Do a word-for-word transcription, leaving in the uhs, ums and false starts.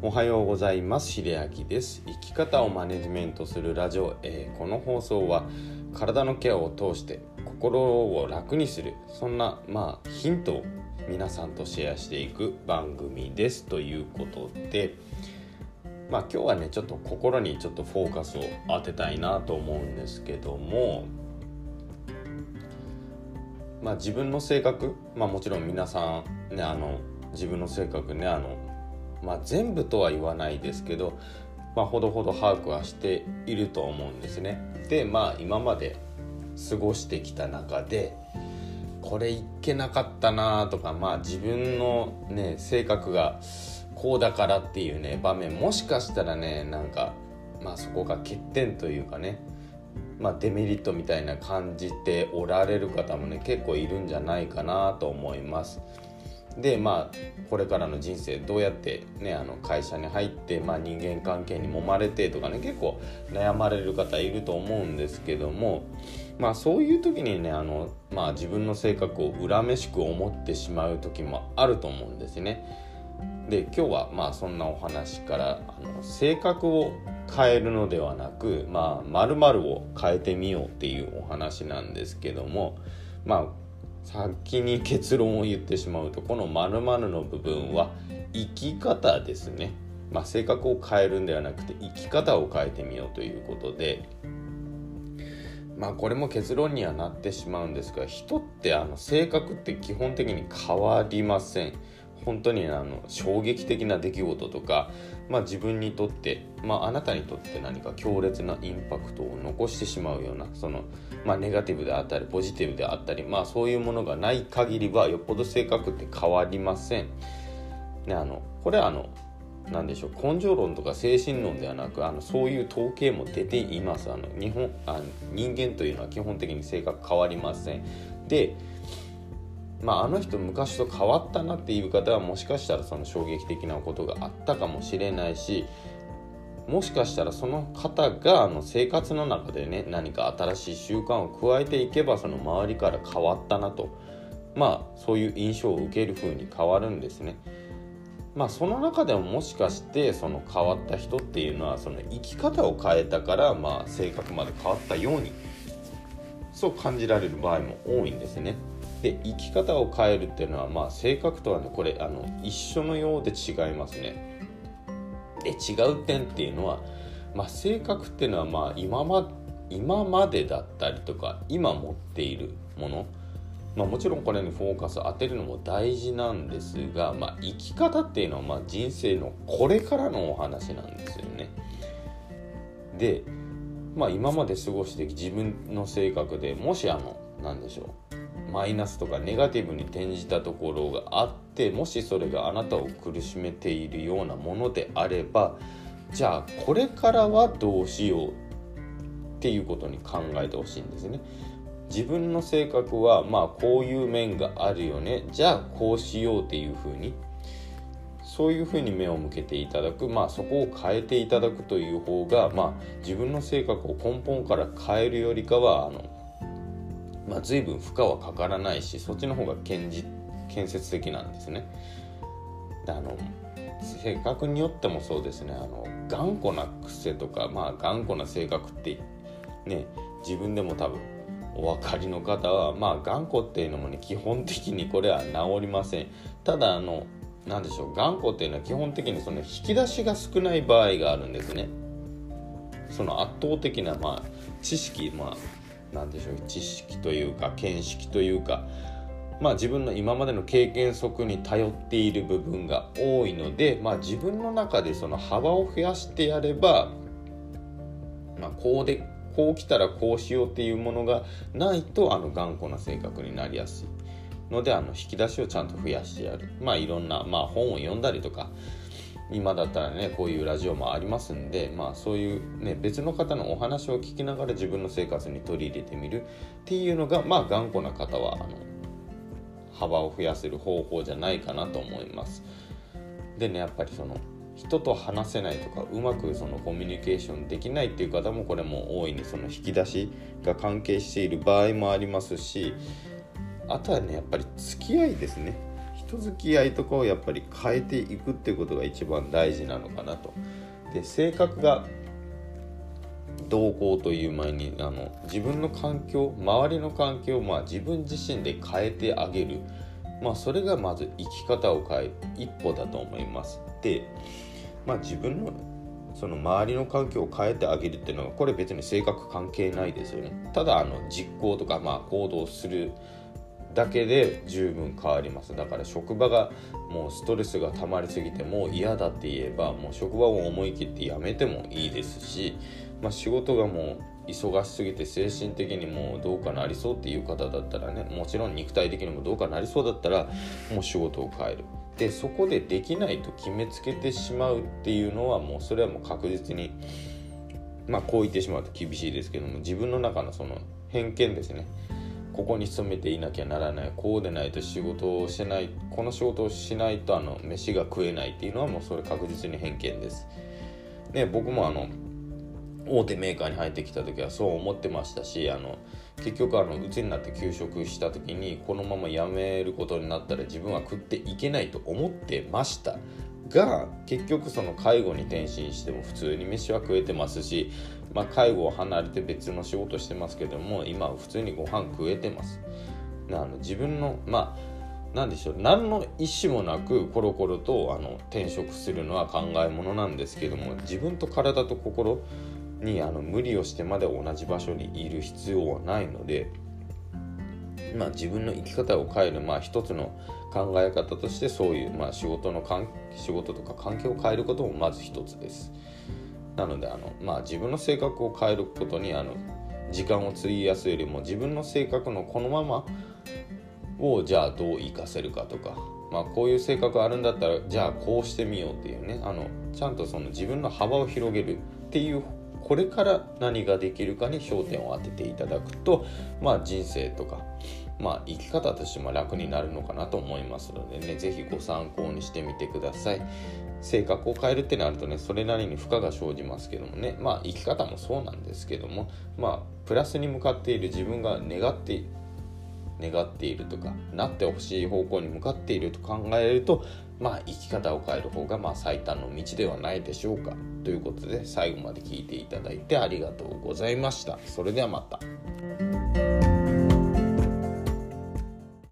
おはようございます。秀明です。生き方をマネジメントするラジオ、えー、この放送は体のケアを通して心を楽にする、そんな、まあ、ヒントを皆さんとシェアしていく番組ですということで、まあ、今日はねちょっと心にちょっとフォーカスを当てたいなと思うんですけども、まあ、自分の性格、まあ、もちろん皆さんねあの自分の性格ねあのまあ、全部とは言わないですけど、まあ、ほどほど把握はしていると思うんですね。で、まあ今まで過ごしてきた中でこれいけなかったなとか、まあ自分のね性格がこうだからっていうね場面、もしかしたらねなんかまあそこが欠点というかね、まあデメリットみたいな感じておられる方もね結構いるんじゃないかなと思います。でまあこれからの人生どうやってねあの会社に入って、まあ、人間関係に揉まれてとかね結構悩まれる方いると思うんですけども、まあそういう時にねあの、まあ、自分の性格を恨めしく思ってしまう時もあると思うんですね。で今日はまあそんなお話からあの性格を変えるのではなく、まあ、〇〇を変えてみようっていうお話なんですけども、まあ先に結論を言ってしまうと、この〇〇の部分は生き方ですね。まあ、性格を変えるんではなくて生き方を変えてみようということで、まあこれも結論にはなってしまうんですが、人ってあの性格って基本的に変わりません。本当にあの衝撃的な出来事とか、まあ、自分にとって、まあ、あなたにとって何か強烈なインパクトを残してしまうようなその、まあ、ネガティブであったりポジティブであったり、まあ、そういうものがない限りはよっぽど性格って変わりません、ね、あのこれはあのなんでしょう根性論とか精神論ではなく、あのそういう統計も出ています。あの日本あの人間というのは基本的に性格変わりません。でまあ、あの人昔と変わったなっていう方はもしかしたらその衝撃的なことがあったかもしれないし、もしかしたらその方があの生活の中でね何か新しい習慣を加えていけばその周りから変わったなと、まあそういう印象を受ける風に変わるんですね。まあその中でももしかしてその変わった人っていうのはその生き方を変えたからまあ性格まで変わったようにそう感じられる場合も多いんですね。で生き方を変えるっていうのは、まあ、性格とはねこれあの一緒のようで違いますね。で違う点っていうのは、まあ、性格っていうのは、まあ、今ま、今までだったりとか今持っているもの、まあ、もちろんこれにフォーカス当てるのも大事なんですが、まあ、生き方っていうのは、まあ、人生のこれからのお話なんですよね。で、まあ、今まで過ごして自分の性格でもしあの何でしょうマイナスとかネガティブに転じたところがあって、もしそれがあなたを苦しめているようなものであれば、じゃあこれからはどうしようっていうことに考えてほしいんですね。自分の性格はまあこういう面があるよね、じゃあこうしようっていうふうにそういうふうに目を向けていただく、まあそこを変えていただくという方が、まあ自分の性格を根本から変えるよりかはあのまあ、随分負荷はかからないし、そっちの方が建設建設的なんですね。であの性格によってもそうですね。あの頑固な癖とか、まあ、頑固な性格ってね自分でも多分お分かりの方は、まあ、頑固っていうのもね基本的にこれは治りません。ただあのなんでしょう頑固っていうのは基本的にその引き出しが少ない場合があるんですね。その圧倒的な、まあ、知識まあなんでしょう知識というか見識というか、まあ、自分の今までの経験則に頼っている部分が多いので、まあ、自分の中でその幅を増やしてやれば、まあ、こうでこう来たらこうしようっていうものがないとあの頑固な性格になりやすいので、あの引き出しをちゃんと増やしてやる、まあ、いろんな、まあ、本を読んだりとか今だったらねこういうラジオもありますんで、まあそういうね別の方のお話を聞きながら自分の生活に取り入れてみるっていうのが、まあ頑固な方はあの幅を増やせる方法じゃないかなと思います。でねやっぱりその人と話せないとかうまくそのコミュニケーションできないっていう方もこれも大いにその引き出しが関係している場合もありますし、あとはねやっぱり付き合いですね。 人付き合いとかをやっぱり変えていくっていうことが一番大事なのかなと。で、性格がどうこうという前にあの自分の環境、周りの環境をまあ自分自身で変えてあげる、まあ、それがまず生き方を変える一歩だと思います。で、まあ、自分のその周りの環境を変えてあげるっていうのはこれ別に性格関係ないですよね。ただあの実行とかまあ行動するだけで十分変わります。だから職場がもうストレスが溜まりすぎてもう嫌だって言えばもう職場を思い切って辞めてもいいですし、まあ、仕事がもう忙しすぎて精神的にもうどうかなりそうっていう方だったらね、もちろん肉体的にもどうかなりそうだったらもう仕事を変える。で、そこでできないと決めつけてしまうっていうのはもうそれはもう確実に、まあこう言ってしまうと厳しいですけども、自分の中のその偏見ですね。ここに勤めていなきゃならない、こうでないと仕事をしない、この仕事をしないとあの飯が食えないっていうのはもうそれ確実に偏見です。で、僕もあの大手メーカーに入ってきた時はそう思ってましたし、あの結局あのうちになって休職した時にこのまま辞めることになったら自分は食っていけないと思ってましたが、結局その介護に転身しても普通に飯は食えてますし、まあ、介護を離れて別の仕事してますけども今は普通にご飯食えてます。あの自分のまあなんでしょう、何の意思もなくコロコロとあの転職するのは考えものなんですけども、自分と体と心にあの無理をしてまで同じ場所にいる必要はないので、まあ、自分の生き方を変える、まあ、一つの考え方としてそういう、まあ、仕事の関仕事とか関係を変えることもまず一つです。なのであの、まあ、自分の性格を変えることにあの時間を費やすよりも自分の性格のこのままをじゃあどう活かせるかとか、まあ、こういう性格あるんだったらじゃあこうしてみようっていうね、あのちゃんとその自分の幅を広げるっていう、これから何ができるかに焦点を当てていただくと、まあ、人生とか、まあ、生き方としても楽になるのかなと思いますのでね、ぜひご参考にしてみてください。性格を変えるってなるとね、それなりに負荷が生じますけどもね、まあ生き方もそうなんですけども、まあプラスに向かっている自分が願って願っているとかなってほしい方向に向かっていると考えると、まあ生き方を変える方がまあ最短の道ではないでしょうか。ということで最後まで聞いていただいてありがとうございました。それではまた。